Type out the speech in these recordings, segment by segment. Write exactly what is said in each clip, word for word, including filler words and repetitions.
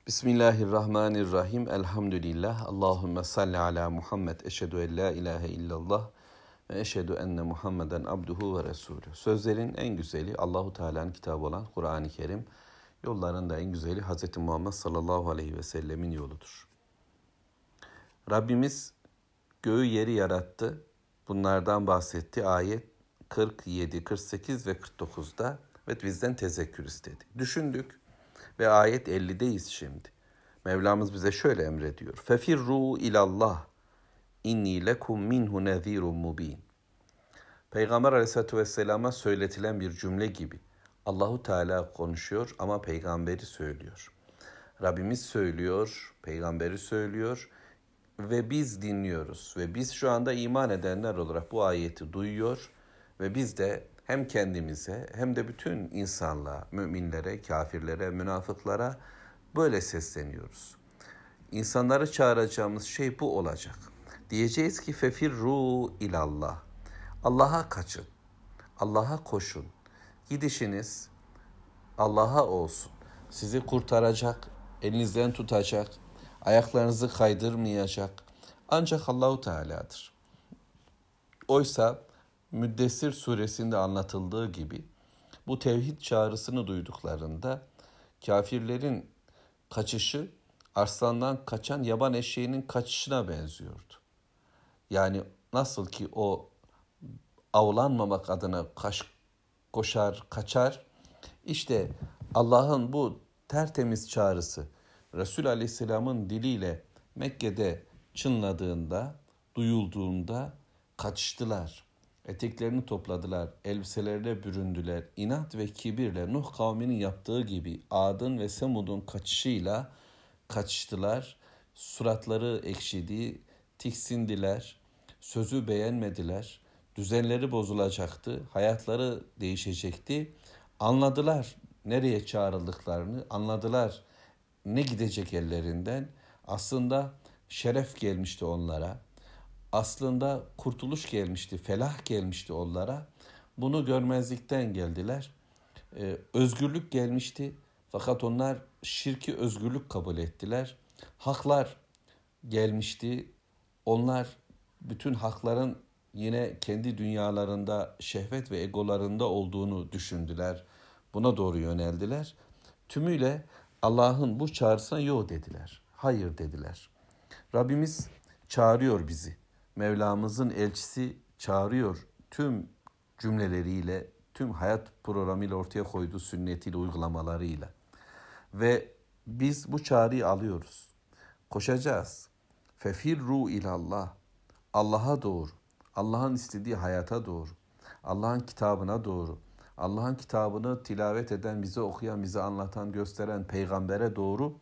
Bismillahirrahmanirrahim. Elhamdülillah. Allahümme salli ala Muhammed. Eşhedü en la ilahe illallah ve eşhedü enne Muhammeden abduhu ve resulü. Sözlerin en güzeli Allahu Teala'nın kitabı olan Kur'an-ı Kerim. Yolların da en güzeli Hz. Muhammed sallallahu aleyhi ve sellemin yoludur. Rabbimiz göğü yeri yarattı. Bunlardan bahsetti. Ayet kırk yedi, kırk sekiz ve kırk dokuzda ve bizden tezekkür istedi. Düşündük. Ve ayet ellideyiz şimdi. Mevlamız bize şöyle emrediyor. Fefirru ilallah inni lekum minhu nezirun mubin. Peygamber Aleyhisselatü Vesselam'a söyletilen bir cümle gibi. Allahu Teala konuşuyor ama peygamberi söylüyor. Rabbimiz söylüyor, peygamberi söylüyor ve biz dinliyoruz. Ve biz şu anda iman edenler olarak bu ayeti duyuyor ve biz de hem kendimize hem de bütün insanlığa, müminlere, kafirlere, münafıklara böyle sesleniyoruz. İnsanları çağıracağımız şey bu olacak. Diyeceğiz ki fefirru ilallah. Allah'a kaçın. Allah'a koşun. Gidişiniz Allah'a olsun. Sizi kurtaracak, elinizden tutacak, ayaklarınızı kaydırmayacak. Ancak Allahu Teala'dır. Oysa Müddessir suresinde anlatıldığı gibi bu tevhid çağrısını duyduklarında kafirlerin kaçışı arslandan kaçan yaban eşeğinin kaçışına benziyordu. Yani nasıl ki o avlanmamak adına kaş, koşar, kaçar, işte Allah'ın bu tertemiz çağrısı Resul Aleyhisselam'ın diliyle Mekke'de çınladığında, duyulduğunda kaçıştılar. Eteklerini topladılar, elbiselerine büründüler. İnat ve kibirle Nuh kavminin yaptığı gibi Ad'ın ve Semud'un kaçışıyla kaçıştılar. Suratları ekşidi, tiksindiler, sözü beğenmediler. Düzenleri bozulacaktı, hayatları değişecekti. Anladılar nereye çağrıldıklarını, anladılar ne gidecek ellerinden. Aslında şeref gelmişti onlara. Aslında kurtuluş gelmişti, felah gelmişti onlara. Bunu görmezlikten geldiler. Ee, özgürlük gelmişti. Fakat onlar şirki özgürlük kabul ettiler. Haklar gelmişti. Onlar bütün hakların yine kendi dünyalarında, şehvet ve egolarında olduğunu düşündüler. Buna doğru yöneldiler. Tümüyle Allah'ın bu çağrısına yo dediler. Hayır dediler. Rabbimiz çağırıyor bizi. Mevlamızın elçisi çağırıyor tüm cümleleriyle, tüm hayat programıyla ortaya koyduğu sünnetiyle, uygulamalarıyla. Ve biz bu çağrıyı alıyoruz. Koşacağız. Fefirru ilallah. Allah'a doğru. Allah'ın istediği hayata doğru. Allah'ın kitabına doğru. Allah'ın kitabını tilavet eden, bize okuyan, bize anlatan, gösteren peygambere doğru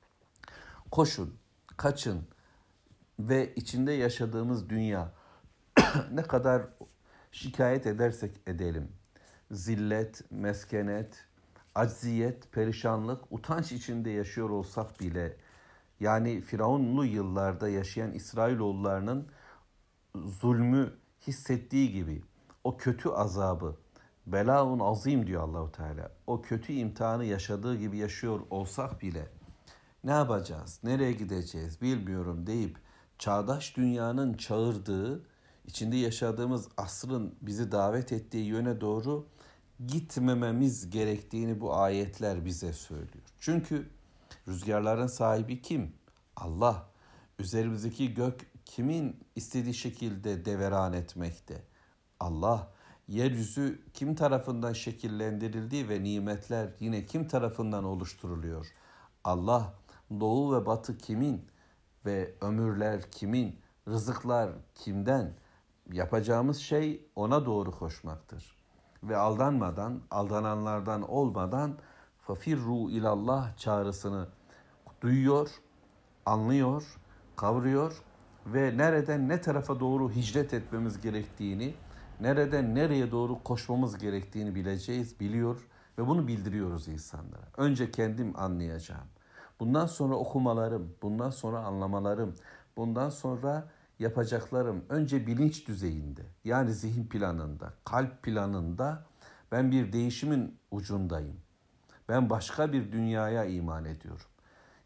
koşun, kaçın. Ve içinde yaşadığımız dünya ne kadar şikayet edersek edelim, zillet, meskenet, acziyet, perişanlık, utanç içinde yaşıyor olsak bile, yani Firavunlu yıllarda yaşayan İsrailoğullarının zulmü hissettiği gibi, o kötü azabı, belaun azim diyor Allahu Teala, o kötü imtihanı yaşadığı gibi yaşıyor olsak bile, ne yapacağız, nereye gideceğiz bilmiyorum deyip, çağdaş dünyanın çağırdığı, içinde yaşadığımız asrın bizi davet ettiği yöne doğru gitmememiz gerektiğini bu ayetler bize söylüyor. Çünkü rüzgarların sahibi kim? Allah. Üzerimizdeki gök kimin istediği şekilde deveran etmekte? Allah. Yeryüzü kim tarafından şekillendirildiği ve nimetler yine kim tarafından oluşturuluyor? Allah. Doğu ve batı kimin? Ve ömürler kimin, rızıklar kimden? Yapacağımız şey ona doğru koşmaktır. Ve aldanmadan, aldananlardan olmadan fafirru ilallah çağrısını duyuyor, anlıyor, kavruyor ve nereden ne tarafa doğru hicret etmemiz gerektiğini, nereden nereye doğru koşmamız gerektiğini bileceğiz, biliyor ve bunu bildiriyoruz insanlara. Önce kendim anlayacağım. Bundan sonra okumalarım, bundan sonra anlamalarım, bundan sonra yapacaklarım önce bilinç düzeyinde, yani zihin planında, kalp planında ben bir değişimin ucundayım. Ben başka bir dünyaya iman ediyorum.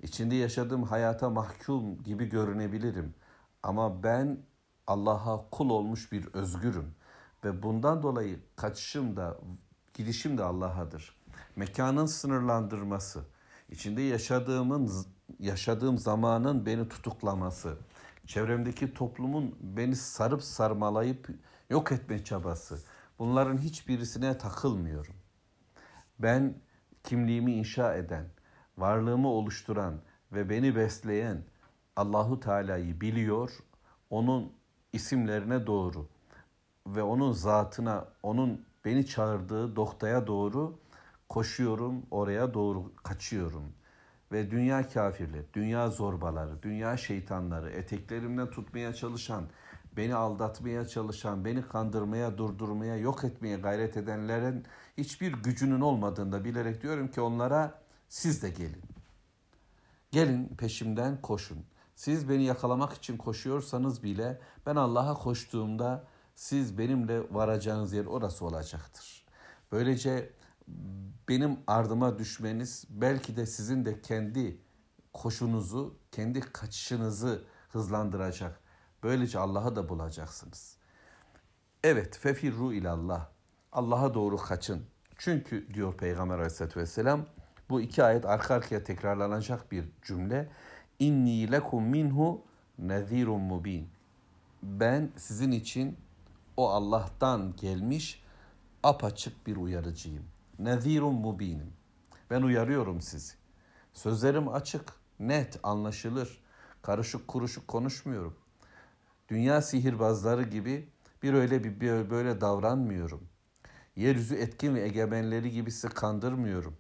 İçinde yaşadığım hayata mahkum gibi görünebilirim. Ama ben Allah'a kul olmuş bir özgürüm. Ve bundan dolayı kaçışım da, gidişim de Allah'adır. Mekanın sınırlandırması, içinde yaşadığımın, yaşadığım zamanın beni tutuklaması, çevremdeki toplumun beni sarıp sarmalayıp yok etme çabası. Bunların hiçbirisine takılmıyorum. Ben kimliğimi inşa eden, varlığımı oluşturan ve beni besleyen Allahu Teala'yı biliyor, onun isimlerine doğru ve onun zatına, onun beni çağırdığı noktaya doğru koşuyorum, oraya doğru kaçıyorum. Ve dünya kafirleri, dünya zorbaları, dünya şeytanları, eteklerimden tutmaya çalışan, beni aldatmaya çalışan, beni kandırmaya, durdurmaya, yok etmeye gayret edenlerin hiçbir gücünün olmadığını da bilerek diyorum ki onlara siz de gelin. Gelin peşimden koşun. Siz beni yakalamak için koşuyorsanız bile ben Allah'a koştuğumda siz benimle varacağınız yer orası olacaktır. Böylece benim ardıma düşmeniz belki de sizin de kendi koşunuzu, kendi kaçışınızı hızlandıracak. Böylece Allah'ı da bulacaksınız. Evet, fefirru ilallah. Allah'a doğru kaçın. Çünkü diyor Peygamber Aleyhisselatü Vesselam, bu iki ayet arka arkaya tekrarlanacak bir cümle. İnni lekum minhu nezirun mubin. Ben sizin için o Allah'tan gelmiş apaçık bir uyarıcıyım. Nezirun mubinim. Ben uyarıyorum sizi. Sözlerim açık, net, anlaşılır. Karışık kuruşuk konuşmuyorum. Dünya sihirbazları gibi bir öyle bir, bir böyle davranmıyorum. Yeryüzü etkin ve egemenleri gibi sizi kandırmıyorum.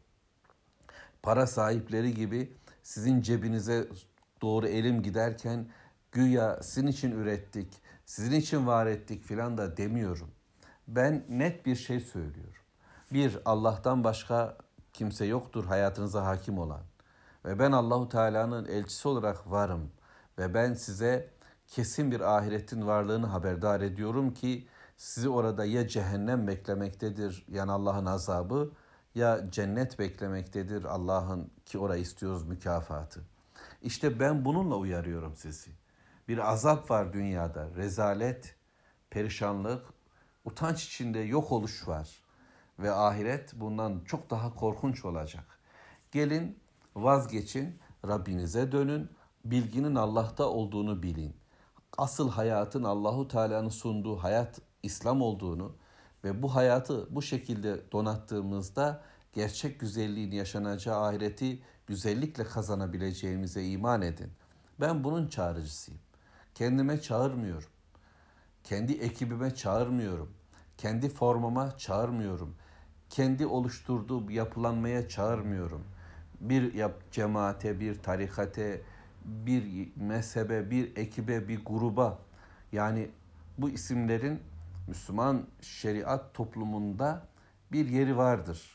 Para sahipleri gibi sizin cebinize doğru elim giderken güya sizin için ürettik, sizin için var ettik filan da demiyorum. Ben net bir şey söylüyorum. Bir, Allah'tan başka kimse yoktur hayatınıza hakim olan. Ve ben Allahu Teala'nın elçisi olarak varım. Ve ben size kesin bir ahiretin varlığını haberdar ediyorum ki sizi orada ya cehennem beklemektedir, yani Allah'ın azabı, ya cennet beklemektedir, Allah'ın ki orayı istiyoruz mükafatı. İşte ben bununla uyarıyorum sizi. Bir azap var dünyada, rezalet, perişanlık, utanç içinde yok oluş var. Ve ahiret bundan çok daha korkunç olacak. Gelin vazgeçin, Rabbinize dönün, bilginin Allah'ta olduğunu bilin. Asıl hayatın Allahu Teala'nın sunduğu hayat İslam olduğunu ve bu hayatı bu şekilde donattığımızda gerçek güzelliğin yaşanacağı ahireti güzellikle kazanabileceğimize iman edin. Ben bunun çağrıcısıyım. Kendime çağırmıyorum. Kendi ekibime çağırmıyorum. Kendi formama çağırmıyorum. Kendi oluşturduğu yapılanmaya çağırmıyorum. Bir yap, cemaate, bir tarikate, bir mezhebe, bir ekibe, bir gruba, yani bu isimlerin Müslüman şeriat toplumunda bir yeri vardır.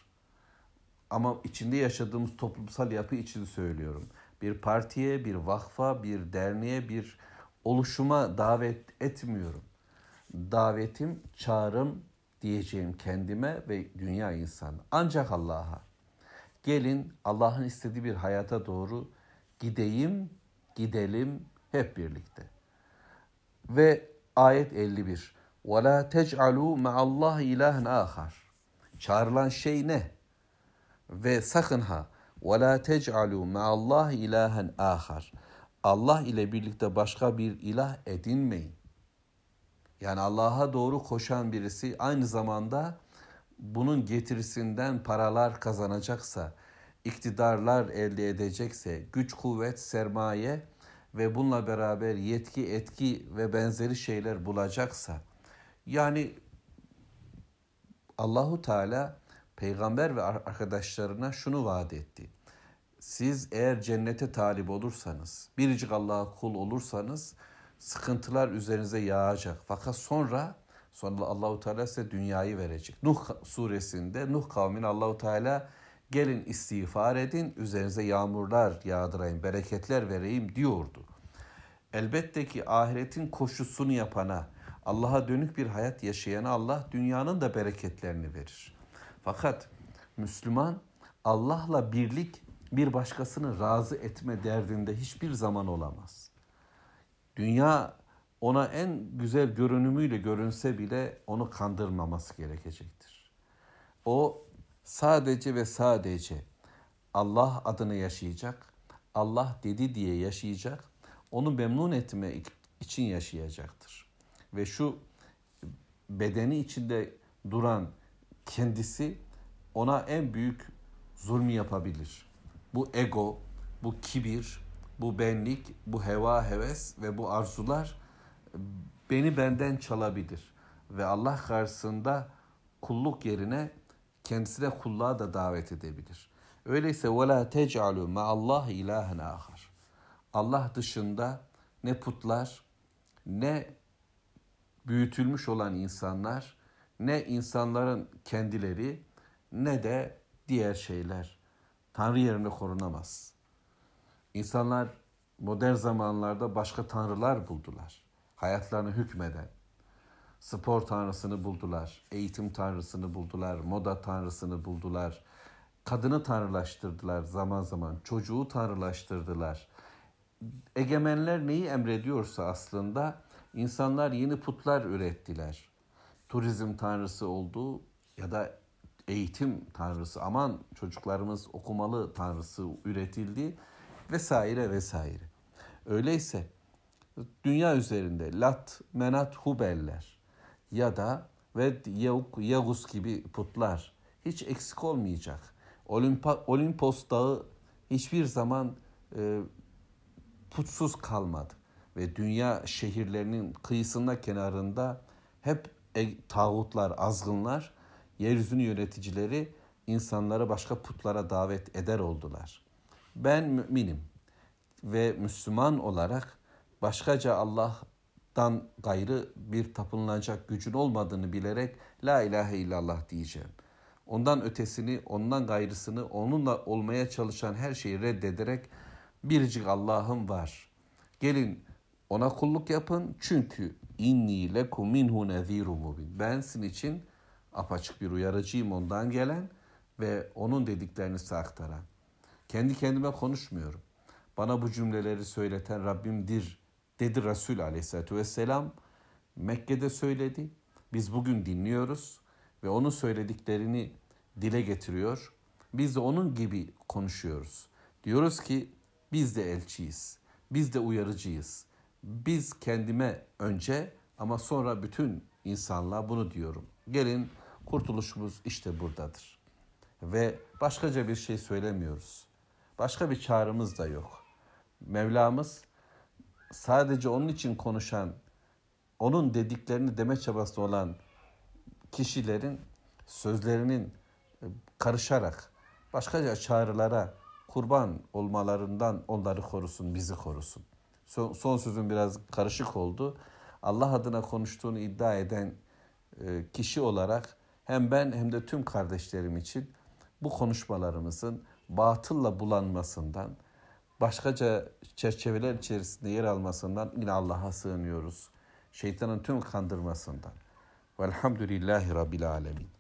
Ama içinde yaşadığımız toplumsal yapı için söylüyorum. Bir partiye, bir vakfa, bir derneğe, bir oluşuma davet etmiyorum. Davetim, çağrım diyeceğim kendime ve dünya insanı. Ancak Allah'a. Gelin Allah'ın istediği bir hayata doğru gideyim, gidelim hep birlikte. Ve ayet elli bir. وَلَا تَجْعَلُوا مَعَ اللّٰهِ اِلٰهًا آخَرٍ. Çağrılan şey ne? Ve sakın ha وَلَا تَجْعَلُوا مَعَ اللّٰهِ اِلٰهًا آخَرٍ. Allah ile birlikte başka bir ilah edinmeyin. Yani Allah'a doğru koşan birisi aynı zamanda bunun getirisinden paralar kazanacaksa, iktidarlar elde edecekse, güç, kuvvet, sermaye ve bununla beraber yetki, etki ve benzeri şeyler bulacaksa, yani Allahu Teala peygamber ve arkadaşlarına şunu vaat etti. Siz eğer cennete talip olursanız, biricik Allah'a kul olursanız sıkıntılar üzerinize yağacak. Fakat sonra sonra Allahu Teala size dünyayı verecek. Nuh suresinde Nuh kavmine Allahu Teala gelin istiğfar edin, üzerinize yağmurlar yağdırayım, bereketler vereyim diyordu. Elbette ki ahiretin koşusunu yapana, Allah'a dönük bir hayat yaşayana Allah dünyanın da bereketlerini verir. Fakat Müslüman Allah'la birlik bir başkasını razı etme derdinde hiçbir zaman olamaz. Dünya ona en güzel görünümüyle görünse bile onu kandırmaması gerekecektir. O sadece ve sadece Allah adını yaşayacak, Allah dedi diye yaşayacak, onu memnun etme için yaşayacaktır. Ve şu bedeni içinde duran kendisi ona en büyük zulmü yapabilir. Bu ego, bu kibir, bu benlik, bu heva, heves ve bu arzular beni benden çalabilir. Ve Allah karşısında kulluk yerine kendisine kulluğa da davet edebilir. Öyleyse وَلَا تَجْعَلُوا مَا اللّٰهِ اِلٰهًا آخَرٍ. Allah dışında ne putlar, ne büyütülmüş olan insanlar, ne insanların kendileri, ne de diğer şeyler Tanrı yerine korunamaz. İnsanlar modern zamanlarda başka tanrılar buldular. Hayatlarına hükmeden. Spor tanrısını buldular, eğitim tanrısını buldular, moda tanrısını buldular. Kadını tanrılaştırdılar zaman zaman, çocuğu tanrılaştırdılar. Egemenler neyi emrediyorsa aslında insanlar yeni putlar ürettiler. Turizm tanrısı oldu ya da eğitim tanrısı, aman çocuklarımız okumalı tanrısı üretildi vesaire vesaire. Öyleyse dünya üzerinde Lat, Menat, Hubeller ya da ve Yavuz gibi putlar hiç eksik olmayacak. Olimpa, Olimpos Dağı hiçbir zaman e, putsuz kalmadı. Ve dünya şehirlerinin kıyısında kenarında hep e, tağutlar, azgınlar, yeryüzünün yöneticileri insanları başka putlara davet eder oldular. Ben müminim ve Müslüman olarak başkaca Allah'tan gayrı bir tapınılacak gücün olmadığını bilerek La ilahe illallah diyeceğim. Ondan ötesini, ondan gayrısını, onunla olmaya çalışan her şeyi reddederek biricik Allah'ım var. Gelin ona kulluk yapın çünkü inni lekum minhu nezirun mubin. Ben sizin için apaçık bir uyarıcıyım ondan gelen ve onun dediklerini size aktaran. Kendi kendime konuşmuyorum. Bana bu cümleleri söyleten Rabbimdir dedi Resul Aleyhisselatü Vesselam. Mekke'de söyledi. Biz bugün dinliyoruz ve onun söylediklerini dile getiriyor. Biz de onun gibi konuşuyoruz. Diyoruz ki biz de elçiyiz. Biz de uyarıcıyız. Biz kendime önce ama sonra bütün insanlığa bunu diyorum. Gelin kurtuluşumuz işte buradadır. Ve başkaca bir şey söylemiyoruz. Başka bir çağrımız da yok. Mevlamız sadece onun için konuşan, onun dediklerini deme çabası olan kişilerin sözlerinin karışarak başkaca çağrılara kurban olmalarından onları korusun, bizi korusun. Son, son sözüm biraz karışık oldu. Allah adına konuştuğunu iddia eden kişi olarak hem ben hem de tüm kardeşlerim için bu konuşmalarımızın batılla bulanmasından, başkaca çerçeveler içerisinde yer almasından yine Allah'a sığınıyoruz. Şeytanın tüm kandırmasından. Velhamdülillahi Rabbil Alemin.